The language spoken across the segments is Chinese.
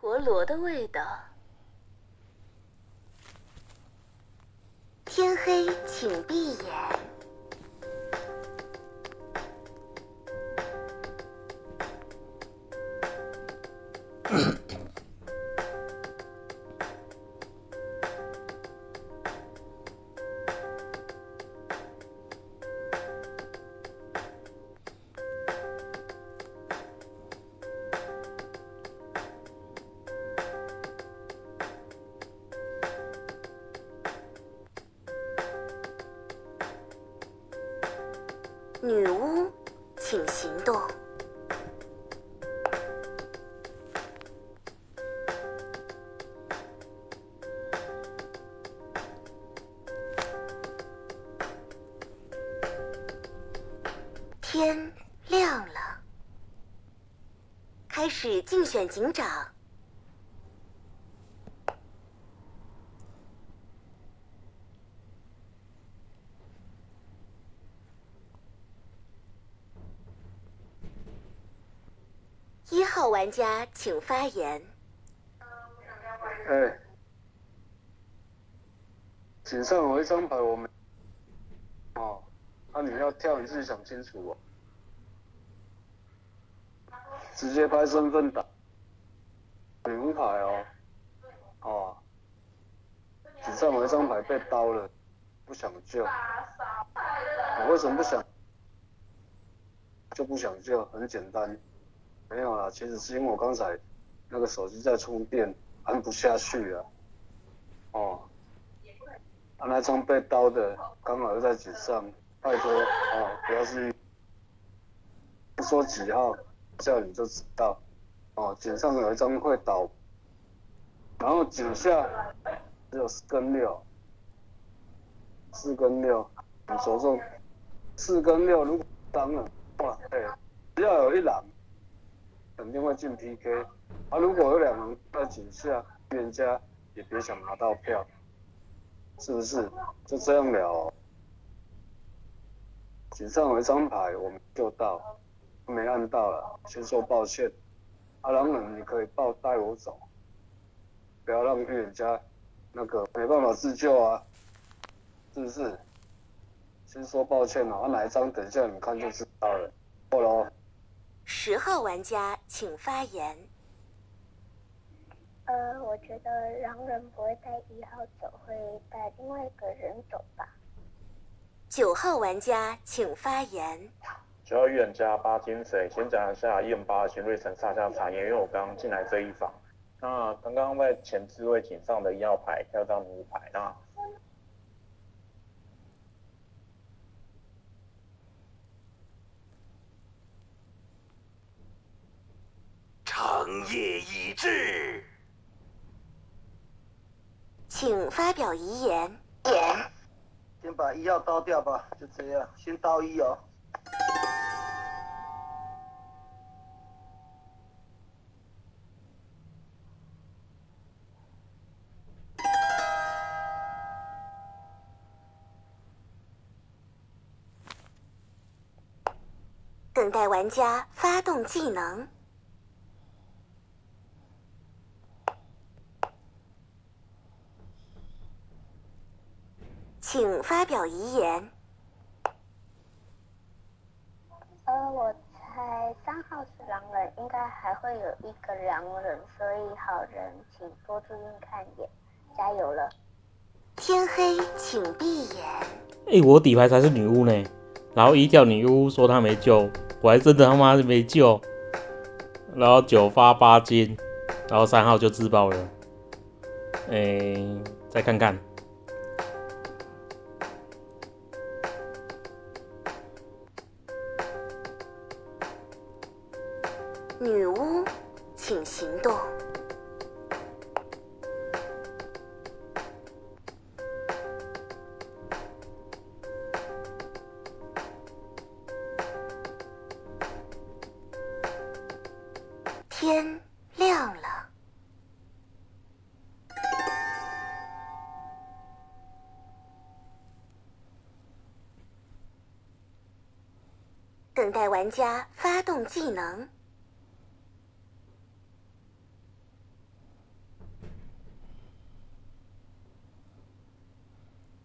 陀螺的味道。天黑，请闭眼。女巫，请行动。天亮了，开始竞选警长。1号玩家请发言。 井上有一张牌，我们你要跳，你自己想清楚哦。直接拍身份打，女巫牌哦。井上有一张牌被刀了，不想救。为什么不想？就不想救，很简单。没有啦，其实是因为我刚才那个手机在充电，按不下去啊。那张被刀的刚好又在井上，拜托不要是不说几号，叫你就知道。井上有一张会倒，然后井下只有4跟6，4跟6，你手中4跟6，如果当了，只要有1狼，肯定会进 PK。如果有2狼在井下，预言家也别想拿到票，是不是？就这样聊井上有一张牌，我没救到，没按到了，先说抱歉。狼人你可以带我走，不要让预言家那个没办法自救啊，是不是？先说抱歉哪一张等一下你看就知道了。过喽。 10号玩家请发言。 我觉得狼人不会带1号走，会带另外一个人走吧。 9号玩家请发言。 9号预言家8金水，先讲一下1-8的新瑞城上下产业，因为我刚刚进来这一房，那刚刚在前置位井上的1号牌跳到女巫牌，那长夜已至， 请发表遗言。 先把1号刀掉吧，就这样，先刀1哦。 等待玩家发动技能。请发表遗言。 我猜3号是狼人，应该还会有1个狼人，所以好人请多注意看眼，加油了！ 天黑，请闭眼。 我底牌才是女巫呢，然后1叫女巫说她没救，我还真的他妈没救，然后9发8金，然后3号就自爆了。再看看。 女巫，请行动。天亮了，等待玩家发动技能。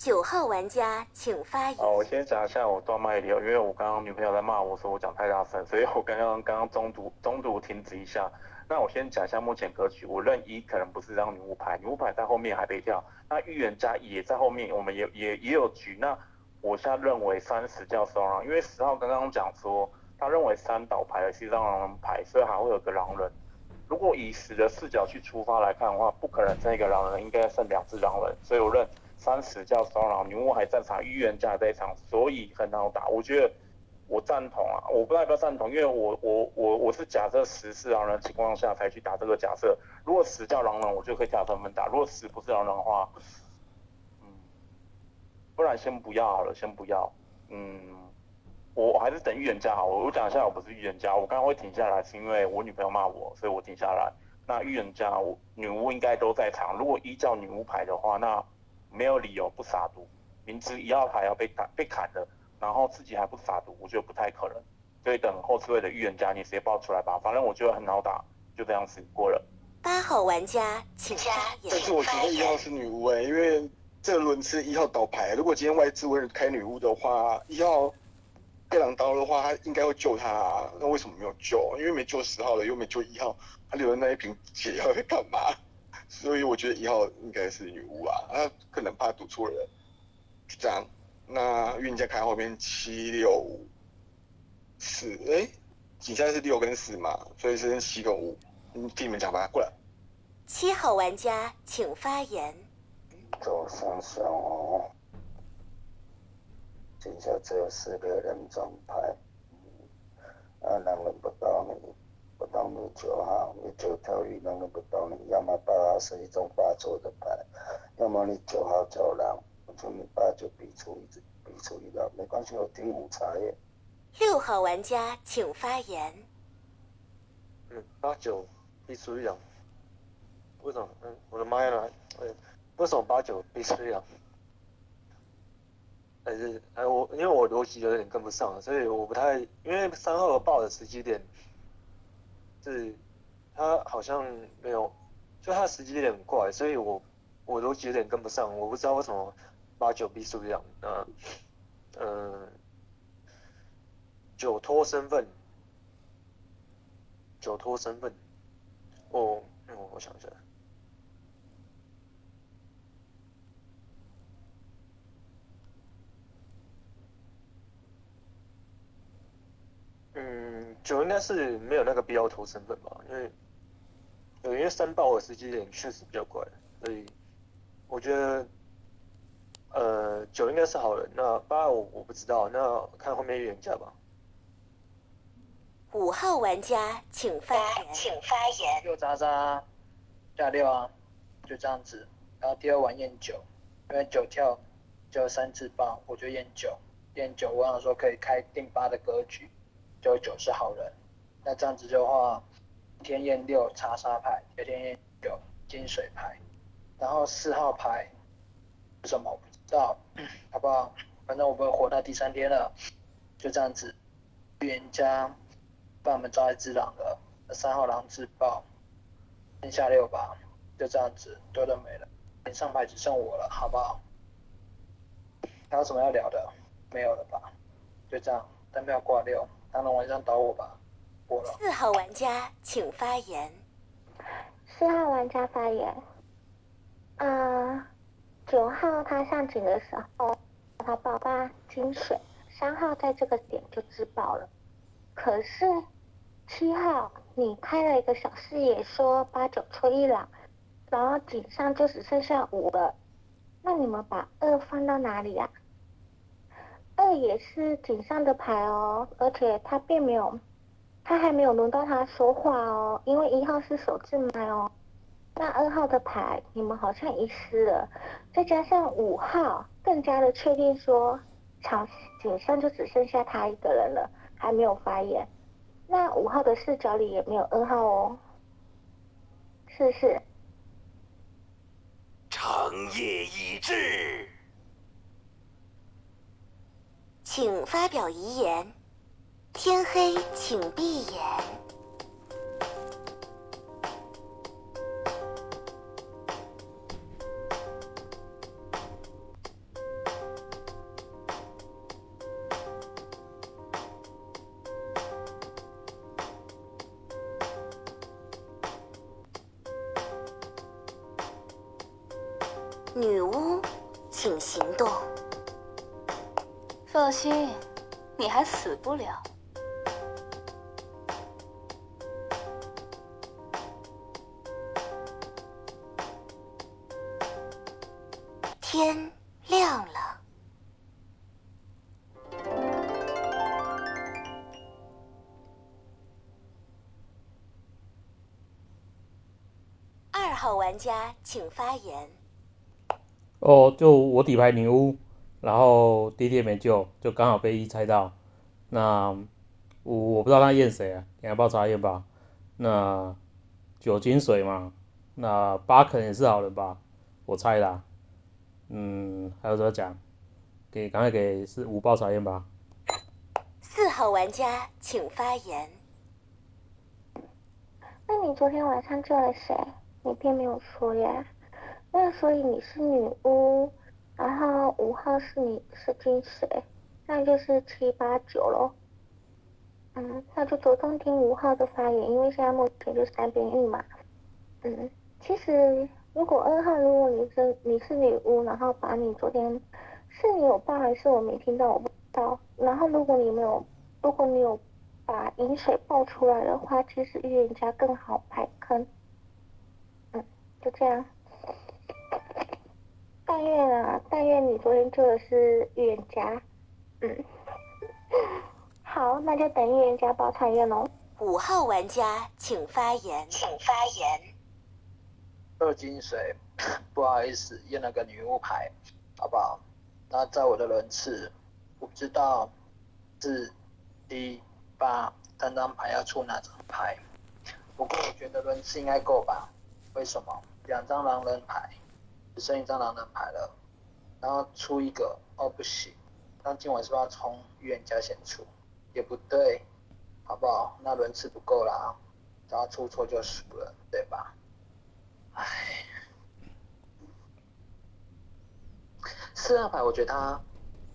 9号玩家请发言。 好，我先讲一下我断麦理由，因为我刚刚女朋友在骂我说我讲太大声，所以我刚刚中途停止一下。那我先讲一下目前格局，我认一可能不是张女巫牌，女巫牌在后面还被跳，那预言家也在后面，我们也有局。那我现在认为30叫双狼，因为10号刚刚讲说他认为3倒牌的是张狼人牌，所以还会有个狼人。如果以10的视角去出发来看的话，不可能剩一个狼人，应该剩2只狼人，所以我认30叫双狼，女巫还在场，预言家还在场，所以很好打。我觉得我赞同啊，我不知道要不要赞同，因为我是假设10是狼人的情况下才去打这个假设。如果10叫狼人，我就可以跳分打；如果10不是狼人的话，不然先不要好了，先不要。我还是等预言家好。我讲一下，我不是预言家，我刚刚会停下来是因为我女朋友骂我，所以我停下来。那预言家，女巫应该都在场。如果依照女巫牌的话，那没有理由不撒毒。明知1号牌要被砍了，然后自己还不撒毒，我觉得不太可能。所以等后次位的预言家，你直接报出来吧，反正我觉得很好打，就这样子过了。 8号玩家请发言。 但是我觉得1号是女巫因为这轮是1号倒牌。如果今天外置位开女巫的话，1号被狼刀的话，他应该会救他那为什么没有救？因为没救10号了，又没救1号，他留的那一瓶解药在干嘛？所以我觉得1号应该是女巫他可能怕赌错人，就这样。那预言家看后面7、6、4，你现在是6跟4嘛，所以是7跟5。听你们讲吧，过来。 7号玩家请发言。 走想想剩下只有4个人装牌，狼人不到你9号，你9条鱼狼人不到你，要么8号是一种发作的牌，要么你9号叫狼，我就你8就逼出一狼，没关系，我听5查验。 6号玩家请发言。 8、9逼出一狼，为什么？我的妈呀！为什么8、9逼出一狼？因为我逻辑有点跟不上，所以我不太，因为3号爆的时机点是，他好像没有，就他时机点很怪，所以我逻辑有点跟不上，我不知道为什么8、9逼出一狼。9拖身份，我想一下。9应该是没有那个必要拖身份吧，因为3爆的时机点确实比较怪，所以我觉得9应该是好人，那8我不知道，那看后面预言家吧。 5号玩家请发言。 6渣渣加6就这样子。然后第2玩验9，因为9跳就3次爆，我就验9，我想说可以开定8的格局，就9是好人。那这样子的话，天验6查杀牌，第2天验9金水牌，然后4号牌是什么我不知道，好不好？反正我不会活到第3天了，就这样子。预言家帮我们招1只狼了，3号狼自爆，剩下6把，就这样子，多的没了，连上牌只剩我了，好不好？还有什么要聊的？没有了吧？就这样，单票挂6，当然晚上找我吧。过了。 4号玩家请发言。 4号玩家发言。9号他上警的时候，他爆发金水，3号在这个点就自爆了。可是7号你开了一个小视野说8、9出一狼，然后井上就只剩下5了，那你们把2放到哪里？2也是井上的牌哦，而且他还没有轮到他说话哦，因为1号是手自麦哦。那2号的牌你们好像遗失了，再加上5号更加的确定说井上就只剩下他一个人了，还没有发言。那5号的视角里也没有2号哦，是不是？ 长夜已至， 请发表遗言。天黑请闭眼。 女巫，请行动。 放心，你还死不了。 天亮了。2号玩家请发言。 哦，就我底牌女巫，然后第一天没救，就刚好被猜到。那我不知道他验谁啊，你还帮我查验吧。那9金水嘛，那8可能也是好人吧，我猜啦。还有什么讲？赶快给是5报查验吧。 4号玩家请发言。 那你昨天晚上救了谁？你并没有说呀。那所以你是女巫，然后5号是金水，那就是7、8、9咯。那就着重听5号的发言，因为现在目前就3边运嘛。其实如果2号，如果你是女巫，然后把你昨天是你有报还是我没听到，我不知道。然后如果你有把饮水爆出来的话，其实预言家更好排坑。就这样。但愿你昨天救的是预言家。好，那就等预言家报查验喽。 5号玩家请发言。 2金水，不好意思，验了个女巫牌，好不好？那在我的轮次，我不知道是7、8 3张牌要出哪张牌，不过我觉得轮次应该够吧？为什么？2张狼人牌，只剩1张狼人牌了，然后出一个，不行，那今晚是不是要从预言家先出？也不对，好不好？那轮次不够啦，只要出错就输了，对吧？唉，4号牌我觉得他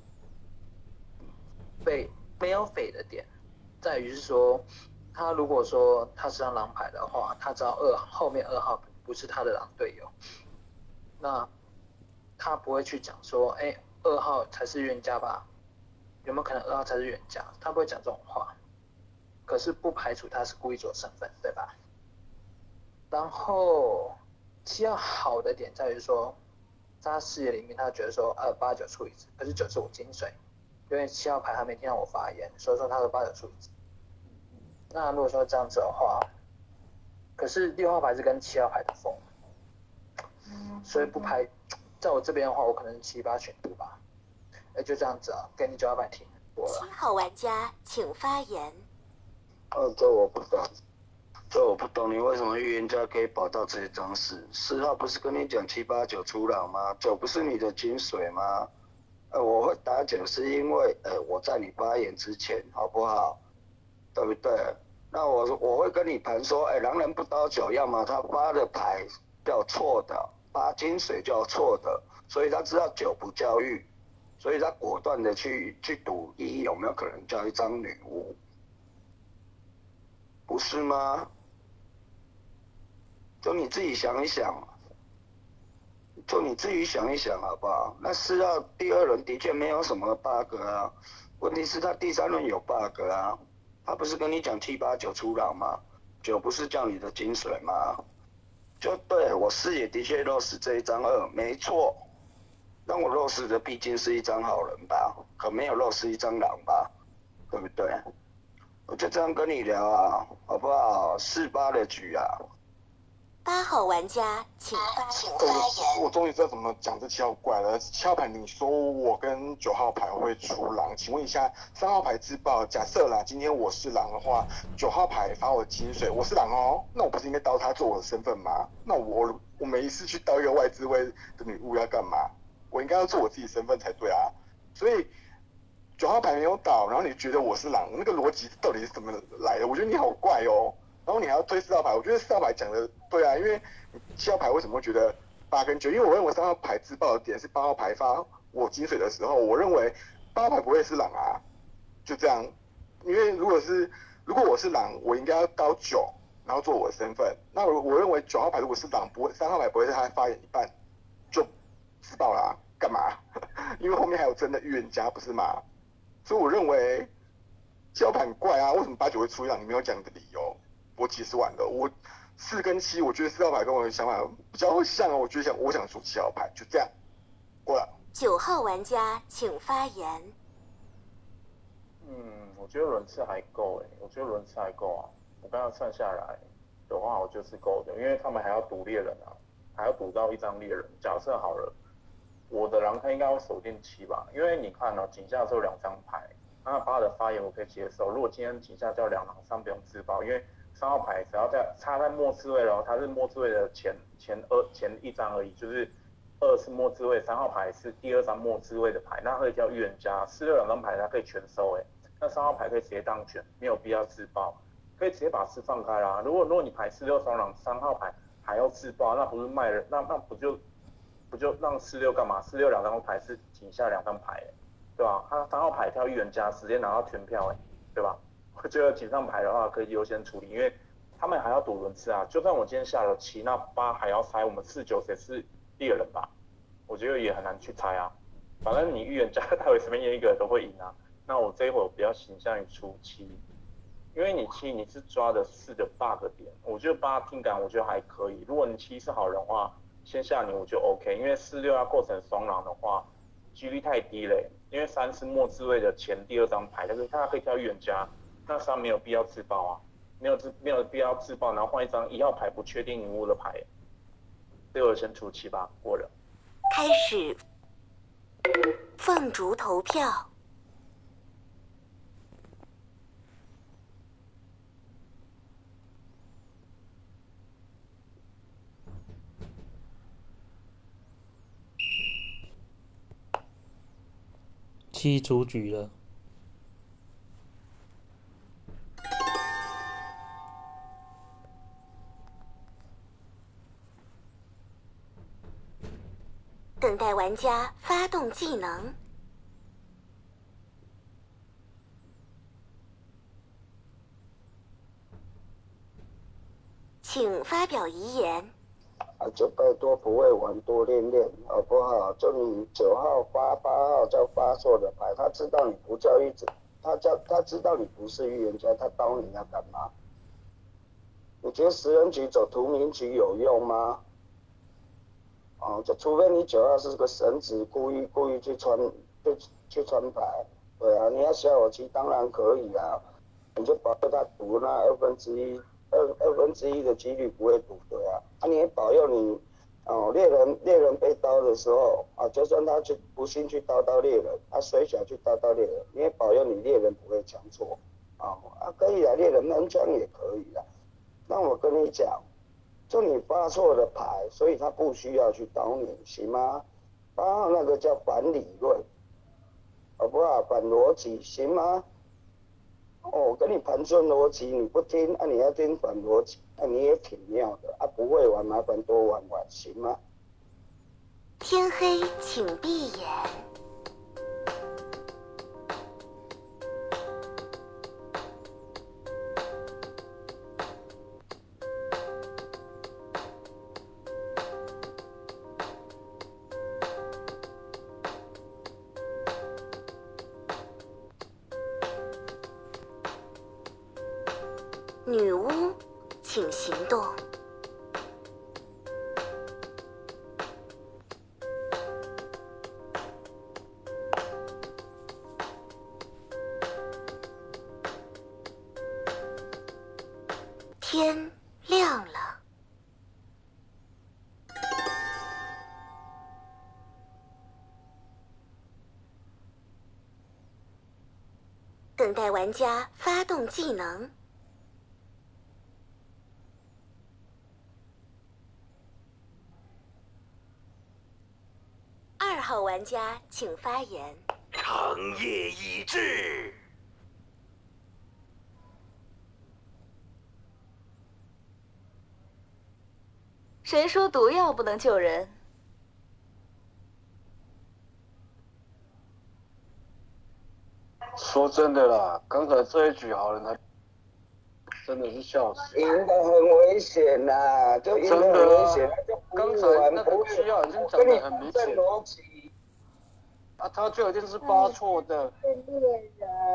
没有匪的点在于是说，他如果说他是张狼牌的话，他知道后面2号不是他的狼队友，那他不会去讲说，2号才是预言家吧？有没有可能2号才是预言家？他不会讲这种话。可是不排除他是故意做身份，对吧？然后7号好的点在于说，在他视野里面，他觉得说8、9出一次，可是9是我金水，因为7号牌还没听到我发言，所以说他说8、9出一次。那如果说这样子的话，可是6号牌是跟7号牌的风，所以不排，在我这边的话，我可能是7、8选读吧。就这样子啊，给你9号牌听过了。 7号玩家请发言。 这我不懂，你为什么预言家可以保到这张4号不是跟你讲7、8、9出狼吗？9不是你的金水吗？我会打9是因为我在你发言之前，好不好？对不对？那我会跟你盘说，狼人不刀9，要么他发的牌叫错的，8金水叫错的，所以他知道9不叫玉，所以他果断的去赌1有没有可能叫一张女巫，不是吗？就你自己想一想，好不好？那4号第2轮的确没有什么 bug 啊，问题是他第3轮有 bug 啊，他不是跟你讲7、8、9出狼吗？9不是叫你的金水吗？就对，我视野的确落实这一张2，没错，但我落实的毕竟是一张好人吧，可没有落实一张狼吧，对不对？我就这样跟你聊啊，好不好？4、8的局啊。 8号玩家请发言。 我终于知道怎么讲这7号怪了。7号牌，你说我跟9号牌会出狼，请问一下3号牌自爆，假设啦，今天我是狼的话，9号牌发我金水，我是狼哦，那我不是应该刀他做我的身份吗？那我每一次去刀一个外置位的女巫要干嘛？我应该要做我自己身份才对啊。所以9号牌没有倒，然后你觉得我是狼，那个逻辑到底是怎么来的？我觉得你好怪哦。然后你还要推4号牌，我觉得4号牌讲的对啊，因为7号牌为什么会觉得8跟9？因为我认为3号牌自爆的点是8号牌发我金水的时候，我认为8号牌不会是狼啊，就这样。因为如果我是狼，我应该要刀9，然后做我的身份。那我认为9号牌如果是狼，不会3号牌不会是他发言一半就自爆啦，干嘛？因为后面还有真的预言家，不是吗？所以我认为交盘怪啊，为什么8、9会出让？你没有讲的理由，我解释完了。我4跟7，我觉得4号牌跟我的想法比较像啊，我想出7号牌，就这样过了。 9号玩家请发言。 我觉得轮次还够我觉得轮次还够啊。我刚刚算下来的话，我就是够的，因为他们还要赌猎人啊，还要赌到1张猎人。假设好了，我的狼他应该会锁定7吧，因为你看井下只有2张牌，那8的发言我可以接受。如果今天井下叫2狼3不用自爆，因为3号牌只要插在末置位了，它是末置位的前1张而已，就是2是末置位，3号牌是第2张末置位的牌，那可以叫预言家，4、6两张牌它可以全收那3号牌可以直接当选，没有必要自爆，可以直接把4放开啦。如果你牌4、6双狼3号牌还要自爆，那不是卖人，那不就让4、6干嘛？4、6两张牌是井下2张牌对吧？他3号牌挑预言家，直接拿到全票对吧？我觉得井上牌的话可以优先处理，因为他们还要赌轮次啊。就算我今天下了7，那8还要猜我们4、9谁是猎人吧？我觉得也很难去猜啊。反正你预言家待会随便验一个都会赢啊。那我这一会儿比较倾向于出7，因为你7你是抓的4的 bug 点，我觉得8听感我觉得还可以。如果你7是好人的话，先下你我就 OK， 因为4、6要构成双狼的话，几率太低了因为3是末置位的前第2张牌，但是他可以挑预言家，那3没有必要自爆啊，没有必要自爆，然后换一张1号牌不确定女巫的牌，所以我先出7吧，过了。 开始凤竹投票。 7出局了。 等待玩家发动技能。请发表遗言。 就拜托不会玩多练练，好不好？就你9号发8号叫发错的牌，他知道你不叫一直，他知道你不是预言家，他刀你要干嘛？你觉得10人局走图名局有用吗？就除非你9号是个神子，故意去穿牌，对啊，你要下我棋当然可以啊，你就保佑他赌那1/2的几率不会赌对啊，你也保佑你猎人被刀的时候就算他不幸去刀猎人，水小去刀猎人，你也保佑你猎人不会枪错可以啊，猎人闷枪也可以啊。那我跟你讲，就你发错的牌，所以他不需要去刀你，行吗？8号那个叫反理论，好不好？反逻辑，行吗？我跟你盘顺逻辑，你不听你要听反逻辑，你也挺妙的不会玩麻烦多玩玩，行吗？ 天黑请闭眼。女巫，请行动。天亮了。等待玩家发动技能。2号玩家请发言。 长夜已至。 谁说毒药不能救人？ 说真的啦，刚才这一局好人还真的是笑死。 赢的很危险呐，就赢的很危险，就刚才那个7号已经讲得很明显。 逻辑啊，他就一定是扒错的。 是猎人。